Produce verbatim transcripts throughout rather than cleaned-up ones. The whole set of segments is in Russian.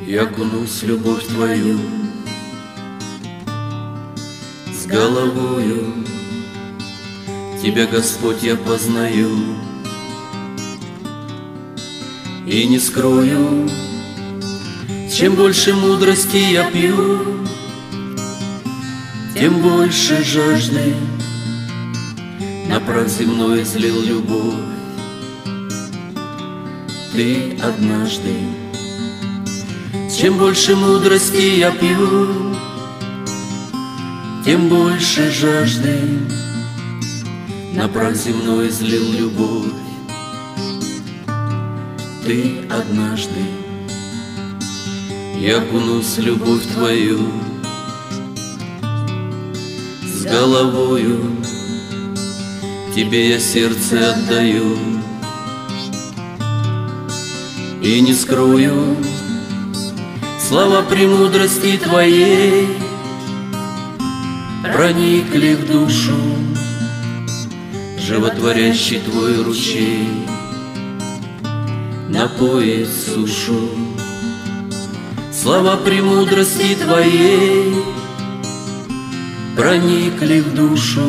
Я окунусь в любовь Твою с головою. Тебя, Господь, я познаю и не скрою. Чем больше мудрости я пью, тем больше жажды на прах земной излил любовь. Ты однажды. Чем больше мудрости я пью, тем больше жажды на прах земной излил любовь. Ты однажды. Я окунусь в любовь Твою с головою. Тебе я сердце отдаю и не скрою. Слова премудрости Твоей проникли в душу, животворящий Твой ручей напоит сушу. Слова премудрости Твоей проникли в душу,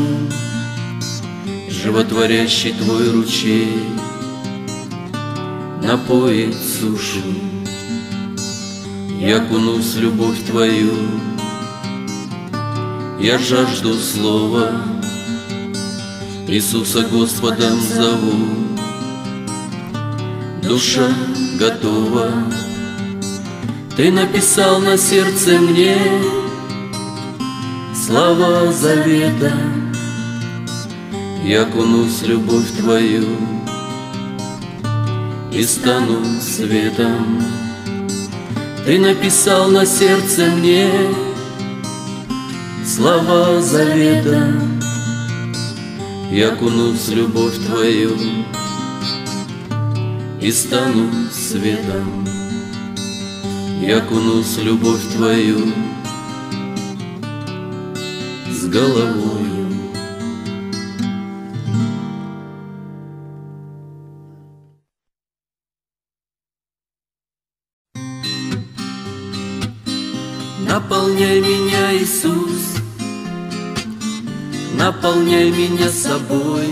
животворящий Твой ручей напоит сушу. Я окунусь в любовь Твою, я жажду слова, Иисуса Господом зову. Душа готова, Ты написал на сердце мне слова завета. Я окунусь в любовь Твою и стану светом. Ты написал на сердце мне слова завета. Я окунусь в любовь Твою и стану светом. Я окунусь в любовь Твою с головою. Наполняй меня, Иисус, наполняй меня собой,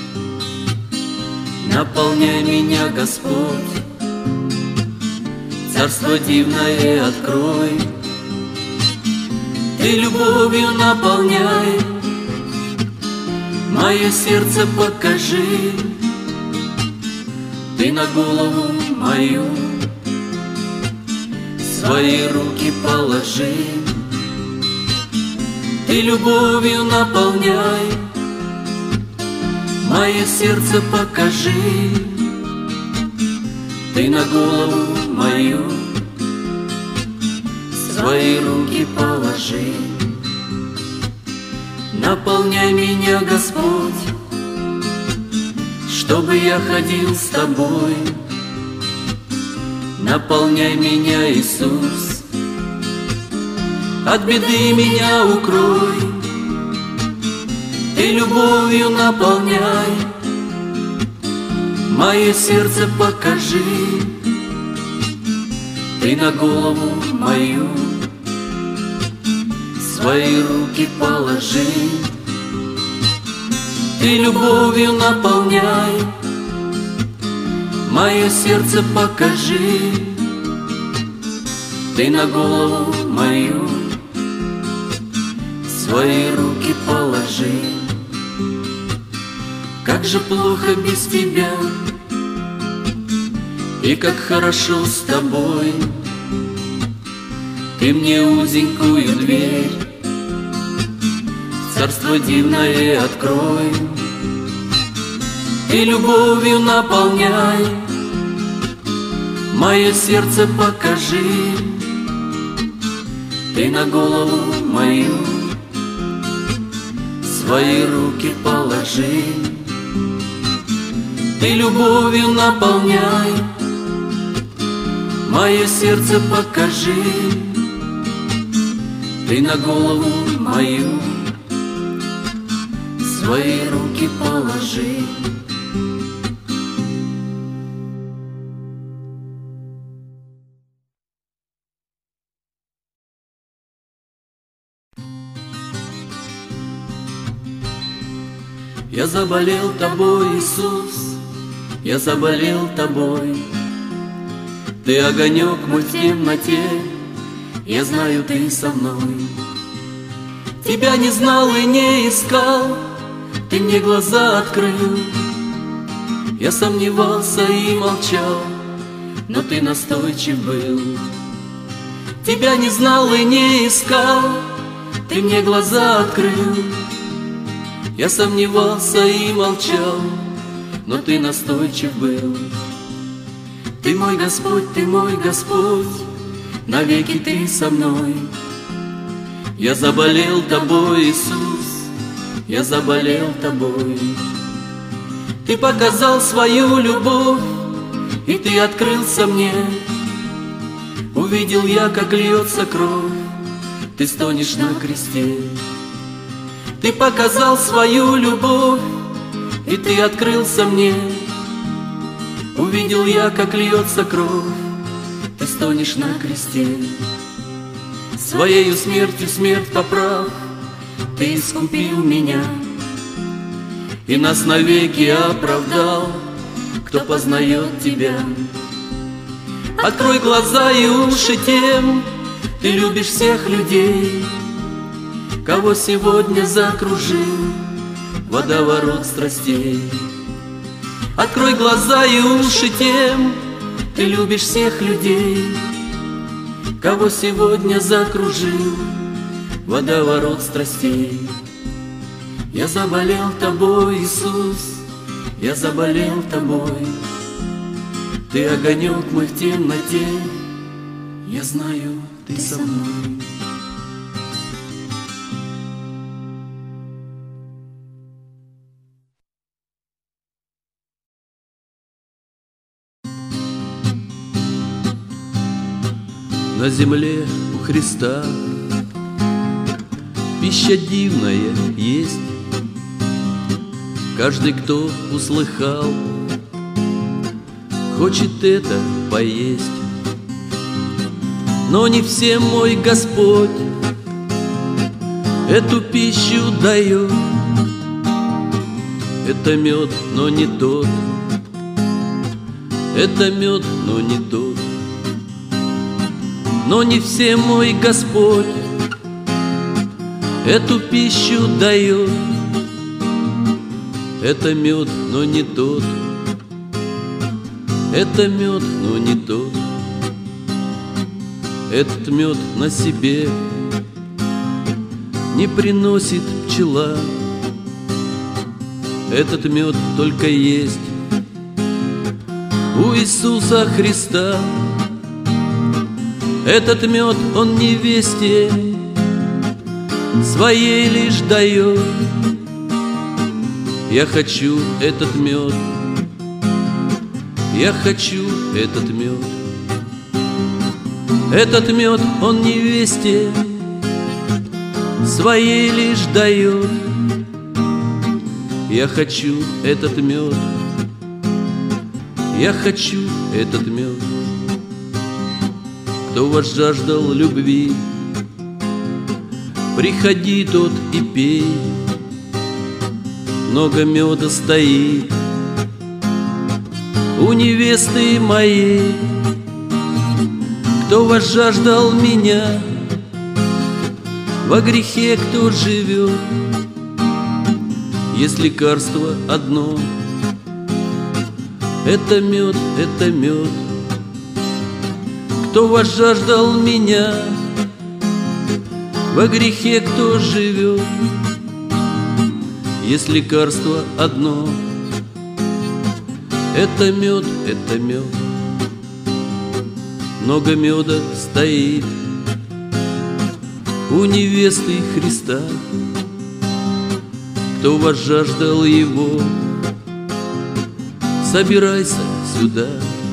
наполняй меня, Господь, Царство дивное открой. Ты любовью наполняй, мое сердце покажи. Ты на голову мою свои руки положи. Ты любовью наполняй, мое сердце покажи. Ты на голову мою свои руки положи. Наполняй меня, Господь, чтобы я ходил с Тобой. Наполняй меня, Иисус, от беды меня укрой. Ты любовью наполняй, мое сердце покажи. Ты на голову мою свои руки положи. Ты любовью наполняй, мое сердце покажи. Ты на голову мою свои руки положи. Как же плохо без Тебя, и как хорошо с Тобой. Ты мне узенькую дверь в Царство дивное открой. Ты любовью наполняй, мое сердце покажи. Ты на голову мою свои руки положи. Ты любовью наполняй, мое сердце покажи. Ты на голову мою свои руки положи. Я заболел тобой, Иисус, я заболел тобой. Ты огонек мой в темноте, я знаю, ты со мной. Тебя не знал и не искал, ты мне глаза открыл. Я сомневался и молчал, но ты настойчив был. Тебя не знал и не искал, ты мне глаза открыл. Я сомневался и молчал, но ты настойчив был. Ты мой Господь, ты мой Господь, навеки ты со мной. Я заболел тобой, Иисус, я заболел тобой. Ты показал свою любовь, и ты открылся мне. Увидел я, как льется кровь, ты стонешь на кресте. Ты показал свою любовь, и ты открылся мне. Увидел я, как льется кровь, ты стонешь на кресте. Своею смертью смерть поправ, ты искупил меня и нас навеки оправдал. Кто познает тебя? Открой глаза и уши тем, ты любишь всех людей, кого сегодня закружил водоворот страстей. Открой глаза и уши тем, ты любишь всех людей, кого сегодня закружил водоворот страстей. Я заболел тобой, Иисус, я заболел тобой. Ты огонек мой в темноте, я знаю, ты со мной. На земле у Христа пища дивная есть. Каждый, кто услыхал, хочет это поесть. Но не всем мой Господь эту пищу дает. Это мед, но не тот. Это мед, но не тот. Но не всем мой Господь эту пищу дает. Это мед, но не тот. Это мед, но не тот. Этот мед на себе не приносит пчела. Этот мед только есть у Иисуса Христа. Этот мед он невесте своей лишь дает. Я хочу этот мед, я хочу этот мед. Этот мед он невесте своей лишь дает. Я хочу этот мед, я хочу этот мед. Кто возжаждал любви, приходи тот и пей. Много меда стоит у невесты моей. Кто возжаждал меня, во грехе кто живет. Есть лекарство одно, это мед, это мед. Кто возжаждал меня, во грехе кто живет. Есть лекарство одно, это мед, это мед. Много меда стоит у невесты Христа. Кто возжаждал его, собирайся сюда.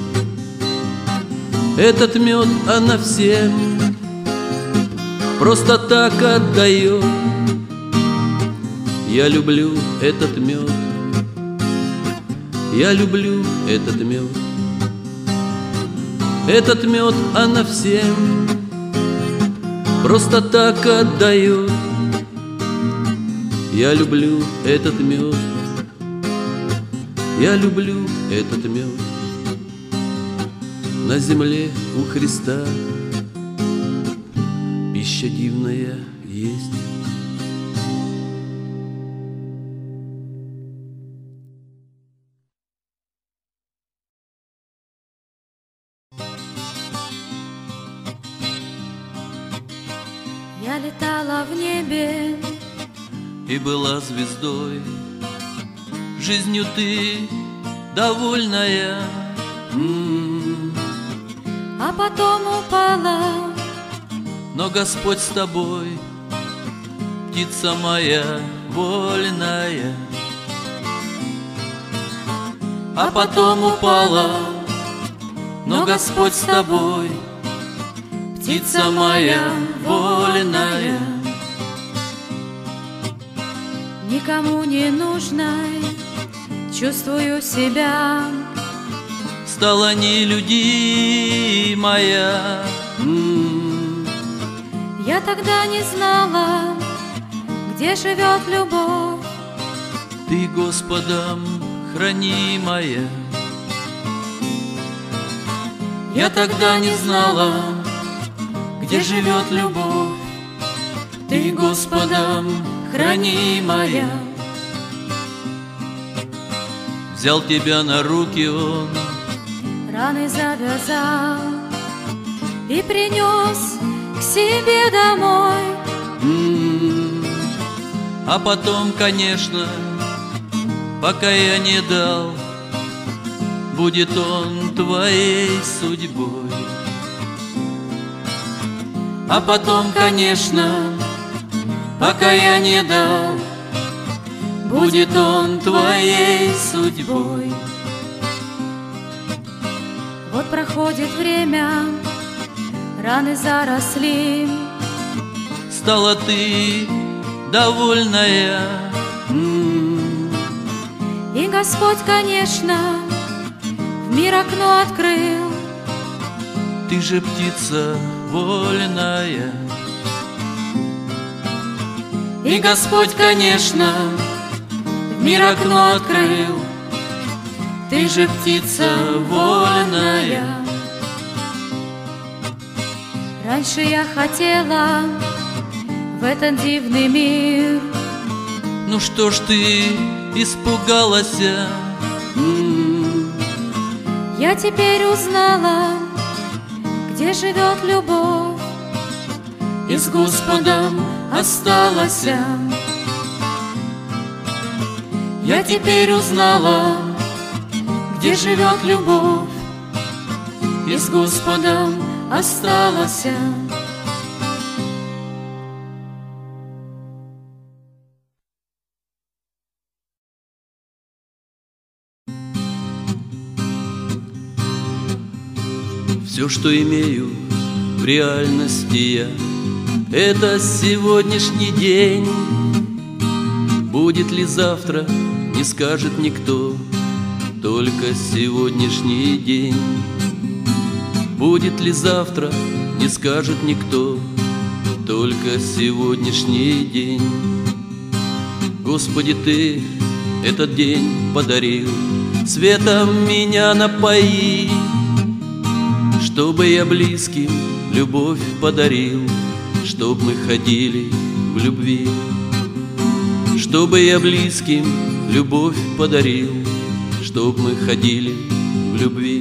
Этот мед она всем просто так отдает. Я люблю этот мед, я люблю этот мед. Этот мед она всем просто так отдает. Я люблю этот мед, Я люблю этот мед. На земле у Христа пища дивная есть. Я летала в небе И была звездой, жизнью ты довольная. М-м-м. а потом упала. Но Господь с тобой, птица моя вольная. А потом упала, но Господь с тобой, птица моя вольная. Никому не нужной чувствую себя. Стала нелюдимая. М-м-м. Я тогда не знала, где живет любовь. Ты Господом хранимая. Я тогда не знала, где живет любовь. Ты Господом хранимая. Взял тебя на руки Он, Раны завязал и принес к себе домой. М-м-м. А потом, конечно, пока я не дал, будет Он твоей судьбой. А потом, конечно, пока я не дал, будет Он твоей судьбой. Вот проходит время, раны заросли. Стала ты довольная. М-м-м. И Господь, конечно, в мир окно открыл. Ты же птица вольная. И Господь, конечно, в мир окно открыл. Ты же птица вольная. Раньше я хотела в этот дивный мир. Ну что ж ты испугалась? М-м-м. Я теперь узнала, где живет любовь. И с Господом осталась. Я теперь узнала, где живет любовь. И с Господом осталась. Все, что имею в реальности я, это сегодняшний день. Будет ли завтра, не скажет никто, только сегодняшний день. Будет ли завтра, не скажет никто, только сегодняшний день. Господи, Ты этот день подарил, светом меня напои, чтобы я близким любовь подарил, чтоб мы ходили в любви. Чтобы я близким любовь подарил, чтоб мы ходили в любви.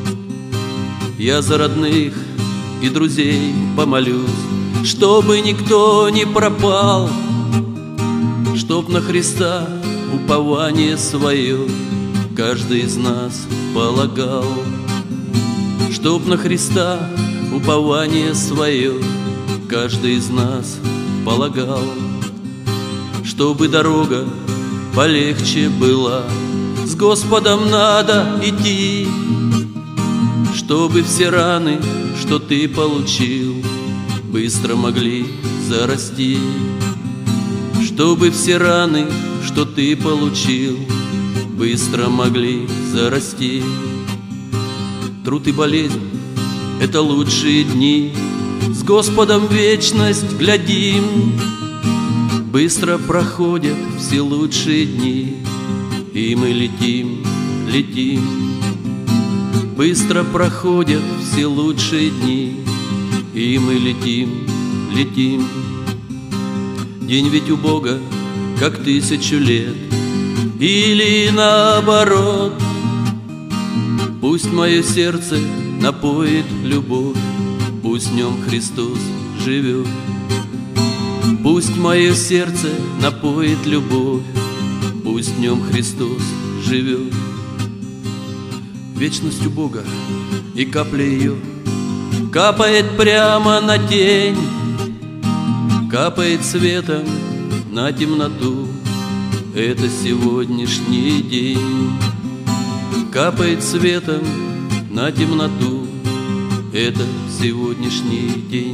Я за родных и друзей помолюсь, чтобы никто не пропал, чтоб на Христа упование свое каждый из нас полагал. Чтоб на Христа упование свое каждый из нас полагал. Чтобы дорога полегче была, с Господом надо идти. Чтобы все раны, что ты получил, быстро могли зарасти. Чтобы все раны, что ты получил, быстро могли зарасти. Труд и болезнь — это лучшие дни, с Господом вечность глядим. Быстро проходят все лучшие дни, и мы летим летим. Быстро проходят все лучшие дни, и мы летим, летим. День ведь у Бога как тысячу лет, или наоборот. Пусть мое сердце напоит любовь, пусть в нем Христос живет. Пусть мое сердце напоит любовь, пусть в нем Христос живет. Вечность у Бога, и капля ее капает прямо на тень, капает светом на темноту. Это сегодняшний день. Капает светом на темноту. Это сегодняшний день.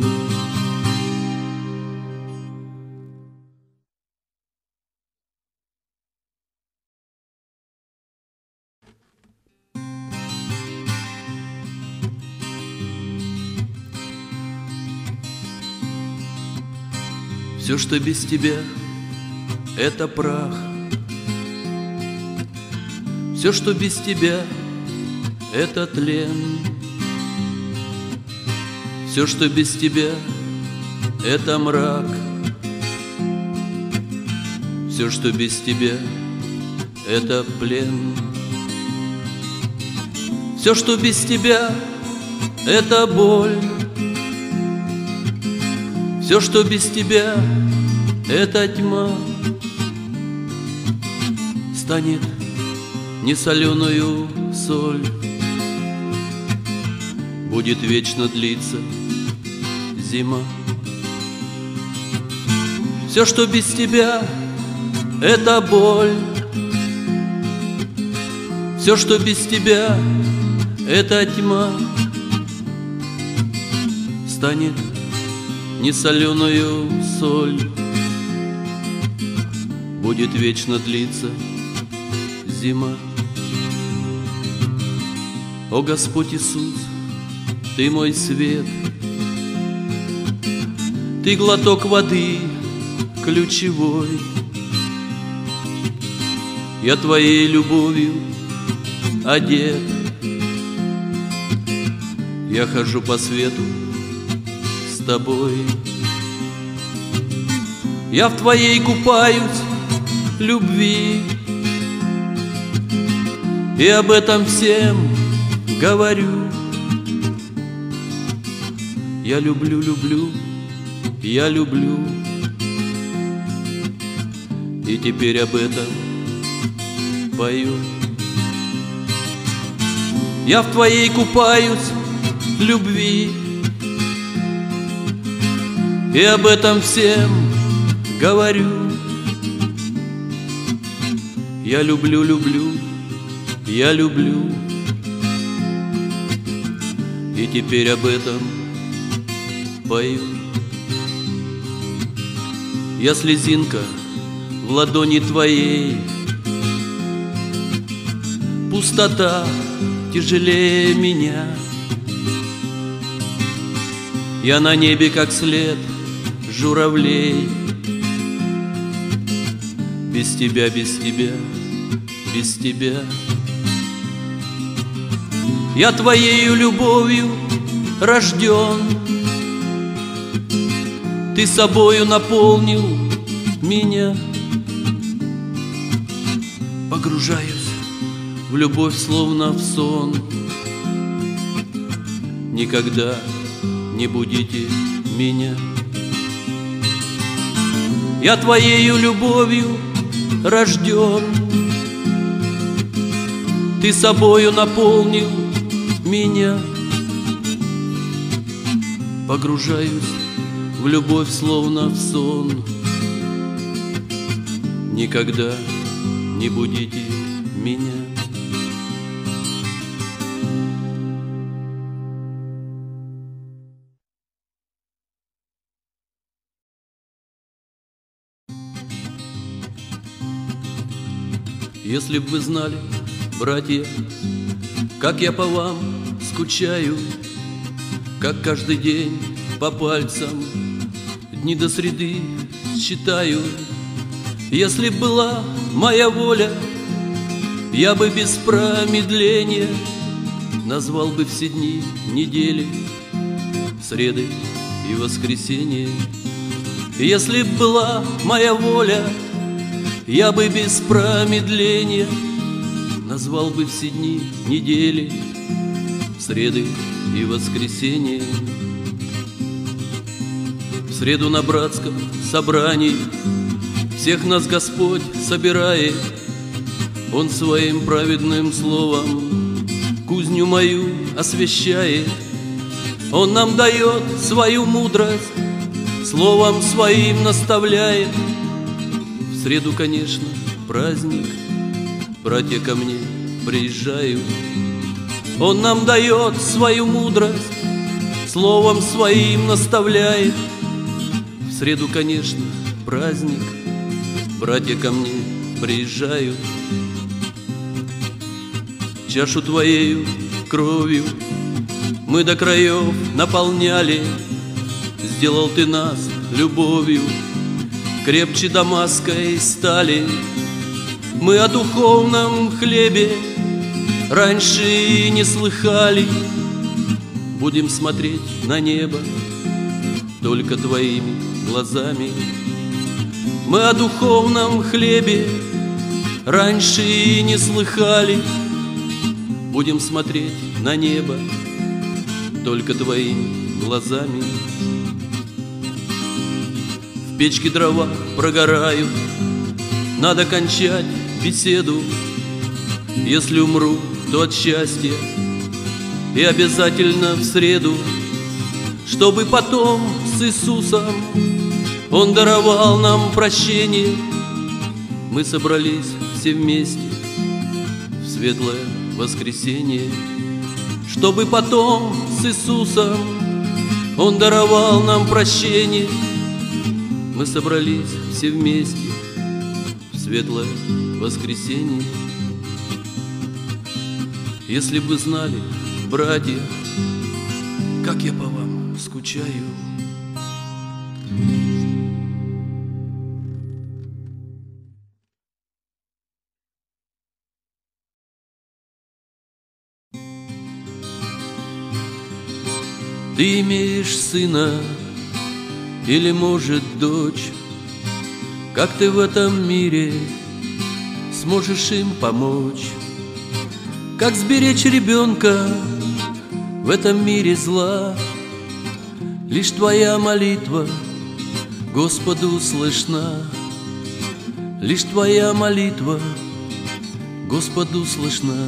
Все, что без тебя, это прах. Все, что без тебя, это тлен. Все, что без тебя, это мрак. Все, что без тебя, это плен. Все, что без тебя, это боль. Все, что без тебя, это тьма. Станет несоленую соль, будет вечно длиться зима. Все, что без тебя, это боль. Все, что без тебя, это тьма. Станет несоленую соль, будет вечно длиться зима. О Господь Иисус, Ты мой свет, Ты глоток воды ключевой. Я Твоей любовью одет, я хожу по свету с Тобой. Я в Твоей купаюсь любви, и об этом всем говорю. Я люблю, люблю, я люблю, и теперь об этом пою. Я в Твоей купаюсь любви, и об этом всем говорю. Я люблю, люблю, я люблю, и теперь об этом пою. Я слезинка в ладони Твоей, пустота тяжелее меня. Я на небе, как след журавлей. Без Тебя, без Тебя, без Тебя. Я Твоею любовью рожден, Ты собою наполнил меня. Погружаюсь в любовь, словно в сон. Никогда не будите меня. Я Твоею любовью рожден, Ты собою наполнил меня. Погружаюсь в любовь, словно в сон. Никогда не будите меня. Если б вы знали, братья, как я по вам скучаю, как каждый день по пальцам дни до среды считаю. Если б была моя воля, Я бы без промедления назвал бы все дни недели, среды и воскресенье. Если б была моя воля, я бы без промедления назвал бы все дни недели, среды и воскресенье. В среду на братском собрании всех нас Господь собирает, Он своим праведным словом кузню мою освящает. Он нам дает свою мудрость, словом своим наставляет. В среду, конечно, праздник, братья ко мне приезжают. Он нам дает свою мудрость, словом своим наставляет. В среду, конечно, праздник, братья ко мне приезжают. Чашу Твоею кровью мы до краев наполняли, сделал Ты нас любовью крепче дамасской стали. Мы о духовном хлебе раньше и не слыхали, будем смотреть на небо только Твоими глазами. Мы о духовном хлебе раньше и не слыхали, будем смотреть на небо только Твоими глазами. В печке дрова прогорают, надо кончать беседу. Если умру, то от счастья, и обязательно в среду, чтобы потом с Иисусом Он даровал нам прощение. Мы собрались все вместе в светлое воскресенье, чтобы потом с Иисусом Он даровал нам прощение. Мы собрались все вместе в светлое воскресенье. Если бы знали, братья, как я по вам скучаю. Ты имеешь сына или, может, дочь? Как ты в этом мире сможешь им помочь? Как сберечь ребенка в этом мире зла? Лишь Твоя молитва Господу слышна, лишь Твоя молитва Господу слышна.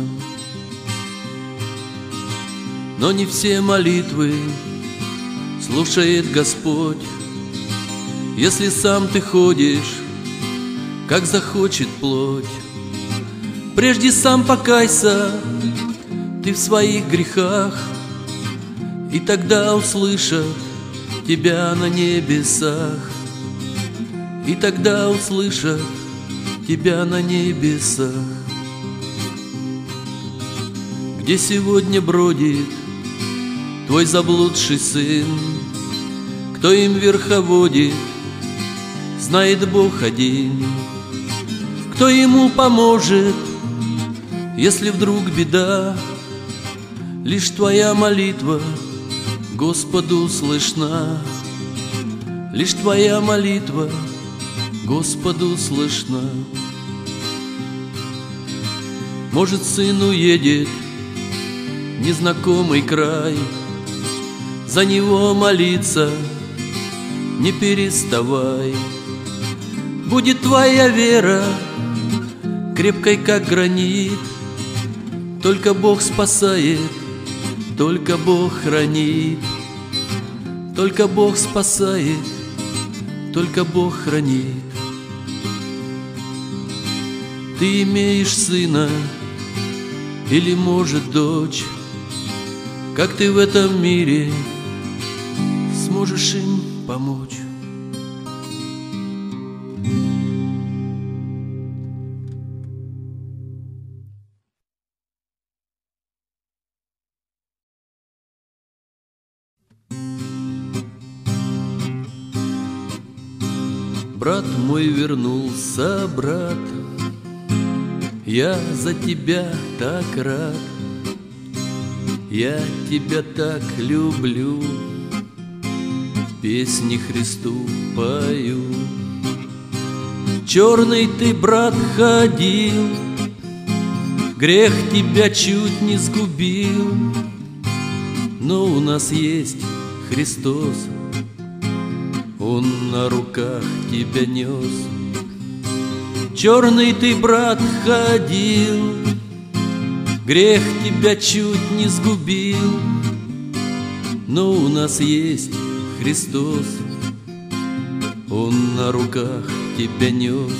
Но не все молитвы слушает Господь. Если сам ты ходишь, как захочет плоть, прежде сам покайся ты в своих грехах, и тогда услышат тебя на небесах, и тогда услышат тебя на небесах. Где сегодня бродит твой заблудший сын? Кто им верховодит, знает Бог один. Кто ему поможет, если вдруг беда? Лишь Твоя молитва Господу слышна, лишь Твоя молитва Господу слышна. Может, сын уедет в незнакомый край, за него молиться не переставай. Будет твоя вера крепкой, как гранит, только Бог спасает, только Бог хранит, только Бог спасает, только Бог хранит. Ты имеешь сына или, может, дочь? Как ты в этом мире сможешь им помочь? Брат мой вернулся, брат, Я за тебя так рад, я тебя так люблю, песни Христу пою. Черный ты, брат, ходил, грех тебя чуть не сгубил, но у нас есть Христос, Он на руках тебя нес. Черный ты, брат, ходил, грех тебя чуть не сгубил, но у нас есть Христос, Он на руках тебя нес.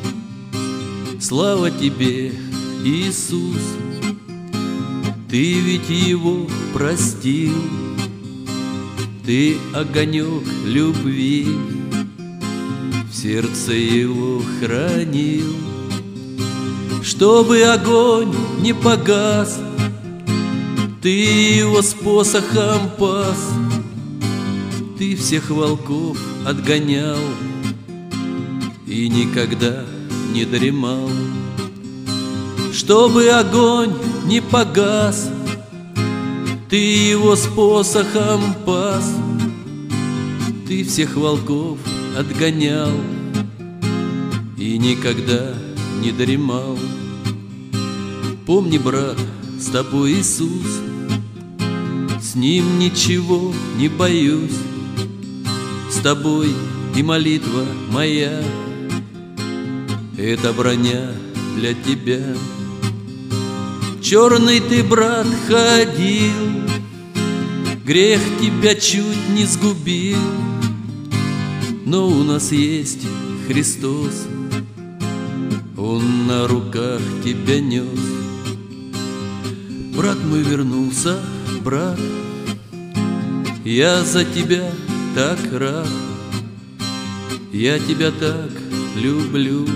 Слава тебе, Иисус, ты ведь Его простил, ты огонек любви в сердце Его хранил. Чтобы огонь не погас, ты его с посохом пас, ты всех волков отгонял и никогда не дремал. Чтобы огонь не погас, ты его с посохом пас, ты всех волков отгонял и никогда не дремал. Помни, брат, с тобой Иисус, с Ним ничего не боюсь, с тобой и молитва моя — это броня для тебя. Черный ты, брат, ходил, грех тебя чуть не сгубил, но у нас есть Христос, Он на руках тебя нес. Брат мой вернулся, брат, я за тебя так рад, я тебя так люблю,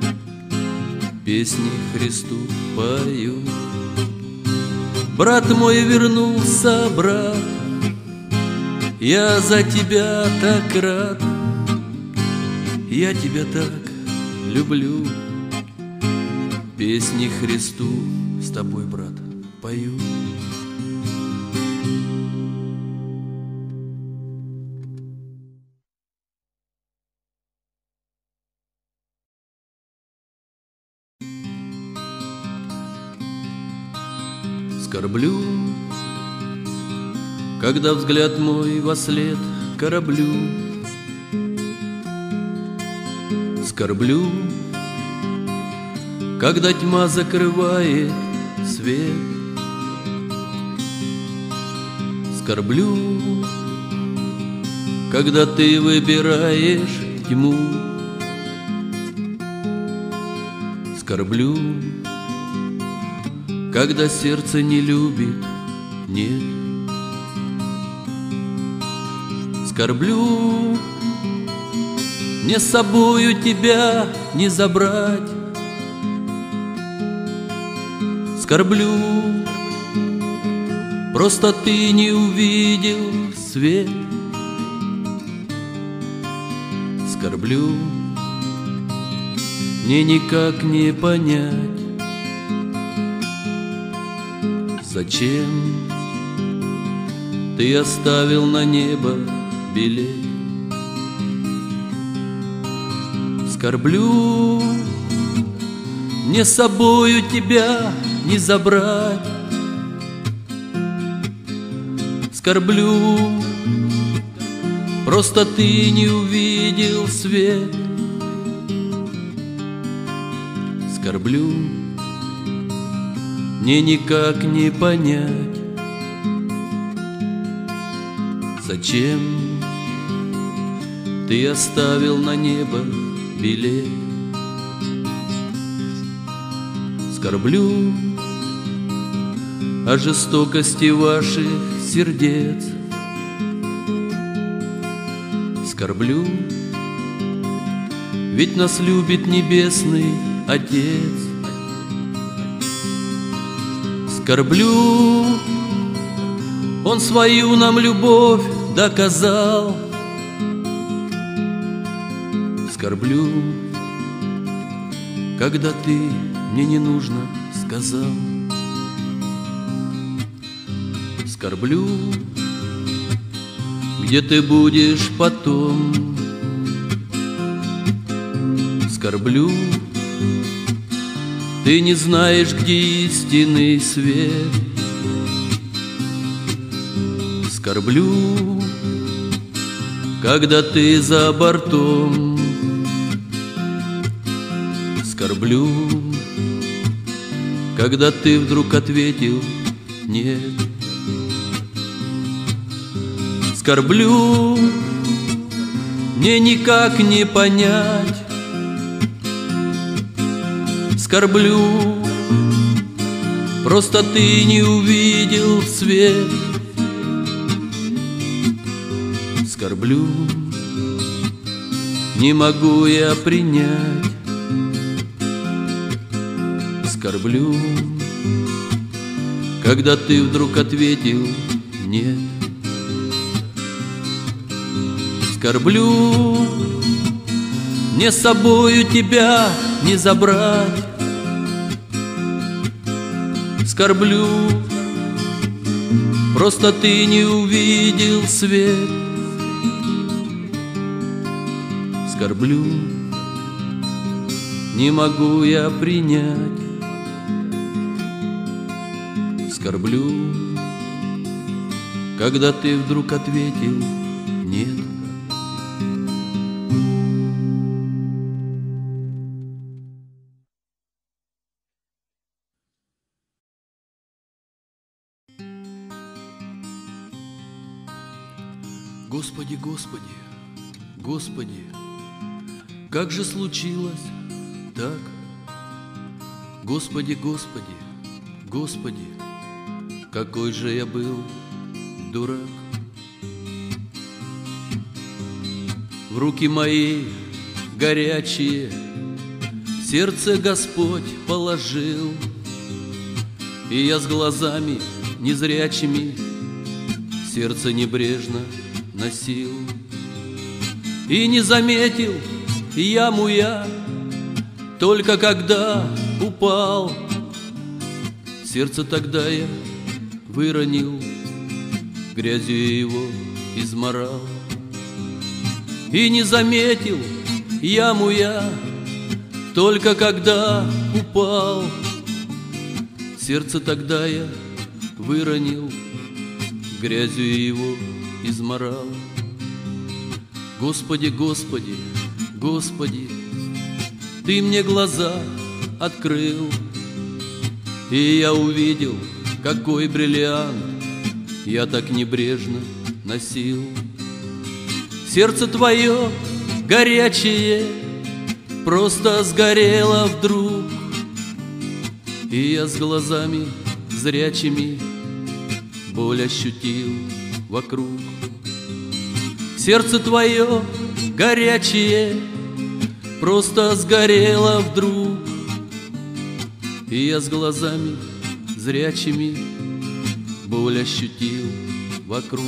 песни Христу пою. Брат мой вернулся, брат, я за тебя так рад, я тебя так люблю, песни Христу с тобой, брат, пою. Скорблю, когда взгляд мой вослед кораблю. Скорблю, когда тьма закрывает свет. Скорблю, когда ты выбираешь тьму. Скорблю, когда сердце не любит, нет. Скорблю, мне с собою тебя не забрать. Скорблю, просто ты не увидел свет. Скорблю, мне никак не понять, зачем ты оставил на небо билет. Скорблю, мне с собою тебя не забрать. Скорблю, просто ты не увидел свет. Скорблю, мне никак не понять, зачем ты оставил на небо билет. Скорблю о жестокости ваших сердец. Скорблю, ведь нас любит Небесный Отец. Скорблю, Он свою нам любовь доказал. Скорблю, когда ты мне не нужно, сказал. Скорблю, где ты будешь потом. Скорблю, ты не знаешь, где истинный свет. Скорблю, когда ты за бортом. Скорблю, когда ты вдруг ответил нет. Скорблю, мне никак не понять. Скорблю, просто ты не увидел свет. Скорблю, не могу я принять. Скорблю, когда ты вдруг ответил нет. Скорблю, мне с собою тебя не забрать. Скорблю, просто ты не увидел свет. Скорблю, не могу я принять. Скорблю, когда ты вдруг ответил нет. Господи, Господи, Господи, как же случилось так? Господи, Господи, Господи, какой же я был дурак. В руки мои горячие сердце Господь положил, и я с глазами незрячими сердце небрежно носил. И не заметил яму я, только когда упал. Сердце тогда я выронил, грязью его изморал. И не заметил яму я, только когда упал. Сердце тогда я выронил, грязью его изморал. Господи, Господи, Господи, Ты мне глаза открыл, и я увидел, какой бриллиант я так небрежно носил. Сердце Твое горячее просто сгорело вдруг, и я с глазами зрячими боль ощутил вокруг. Сердце Твое горячее просто сгорело вдруг, и я с глазами зрячими боль ощутил вокруг.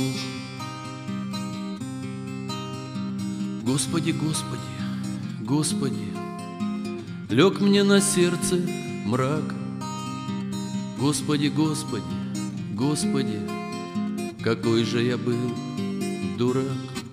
Господи, Господи, Господи, лег мне на сердце мрак. Господи, Господи, Господи, какой же я был дурак.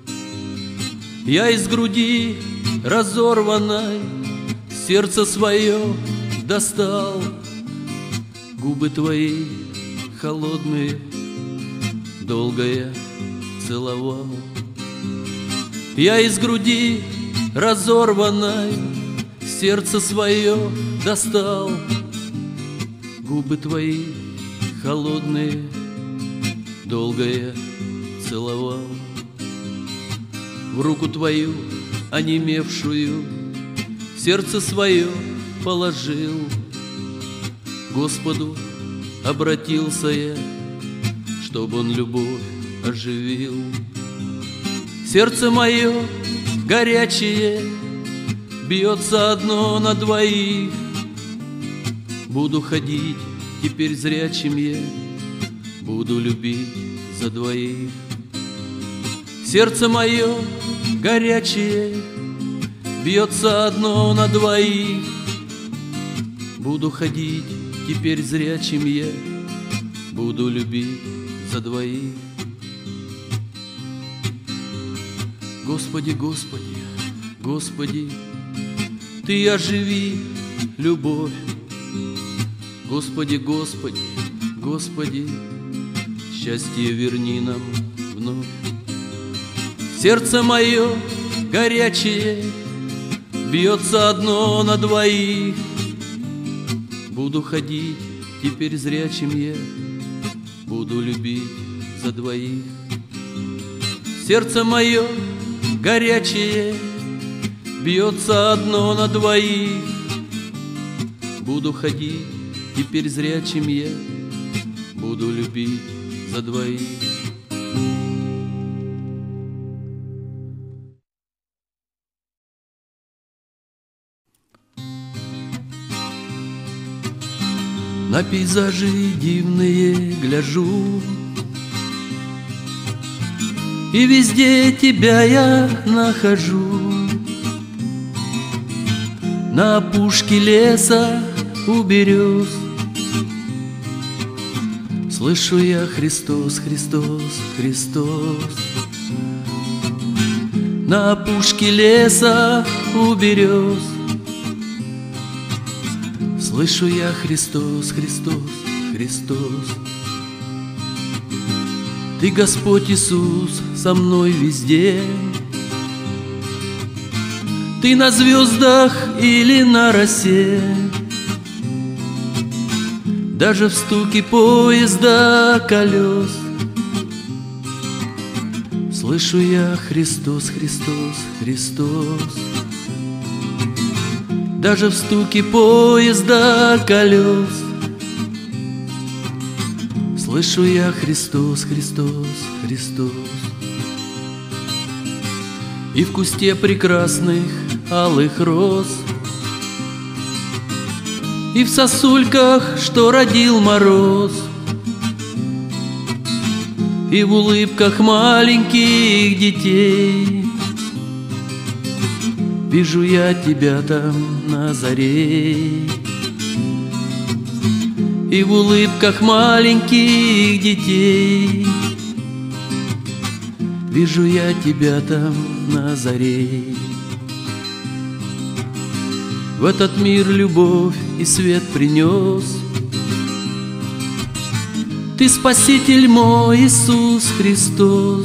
Я из груди разорванной сердце свое достал, губы Твои холодные долго я целовал. Я из груди разорванной сердце свое достал, губы Твои холодные долго я целовал. В руку Твою онемевшую сердце свое положил, Господу обратился я, чтоб Он любовь оживил. Сердце мое горячее бьется одно на двоих, буду ходить теперь зрячим я, буду любить за двоих. Сердце мое горячее бьется одно на двоих, Буду ходить теперь зрячим я, буду любить за двоих. Господи, Господи, Господи, Ты оживи любовь. Господи, Господи, Господи, счастье верни нам вновь. Сердце мое горячее бьется одно на двоих. Буду ходить теперь зрячим я, буду любить за двоих. Сердце мое горячее бьется одно на двоих. Буду ходить теперь зрячим я, буду любить за двоих. На пейзажи дивные гляжу, и везде тебя я нахожу. На опушке леса у берез слышу я: Христос, Христос, Христос. На опушке леса у берез слышу я: Христос, Христос, Христос. Ты, Господь Иисус, со мной везде. Ты на звездах или на росе, даже в стуке поезда колес слышу я: Христос, Христос, Христос. Даже в стуке поезда колес слышу я: Христос, Христос, Христос. И в кусте прекрасных алых роз, и в сосульках, что родил мороз, и в улыбках маленьких детей вижу я тебя там на заре. И в улыбках маленьких детей вижу я тебя там на заре. В этот мир любовь и свет принес Ты, Спаситель мой, Иисус Христос.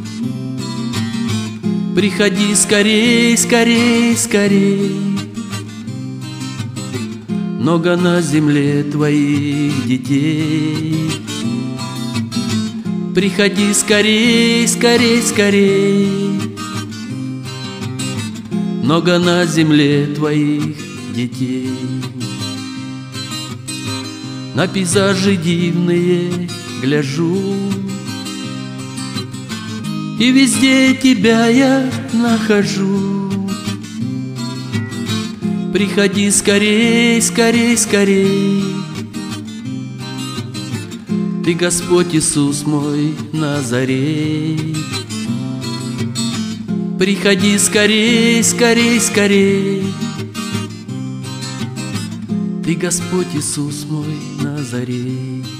Приходи скорей, скорей, скорей. Много на земле твоих детей. Приходи скорей, скорей, скорей. Много на земле твоих детей. На пейзажи дивные гляжу, и везде тебя я нахожу. Приходи скорей, скорей, скорей. Ты, Господь Иисус мой, Назарей. Приходи скорей, скорей, скорей. Ты, Господь Иисус мой, Назарей.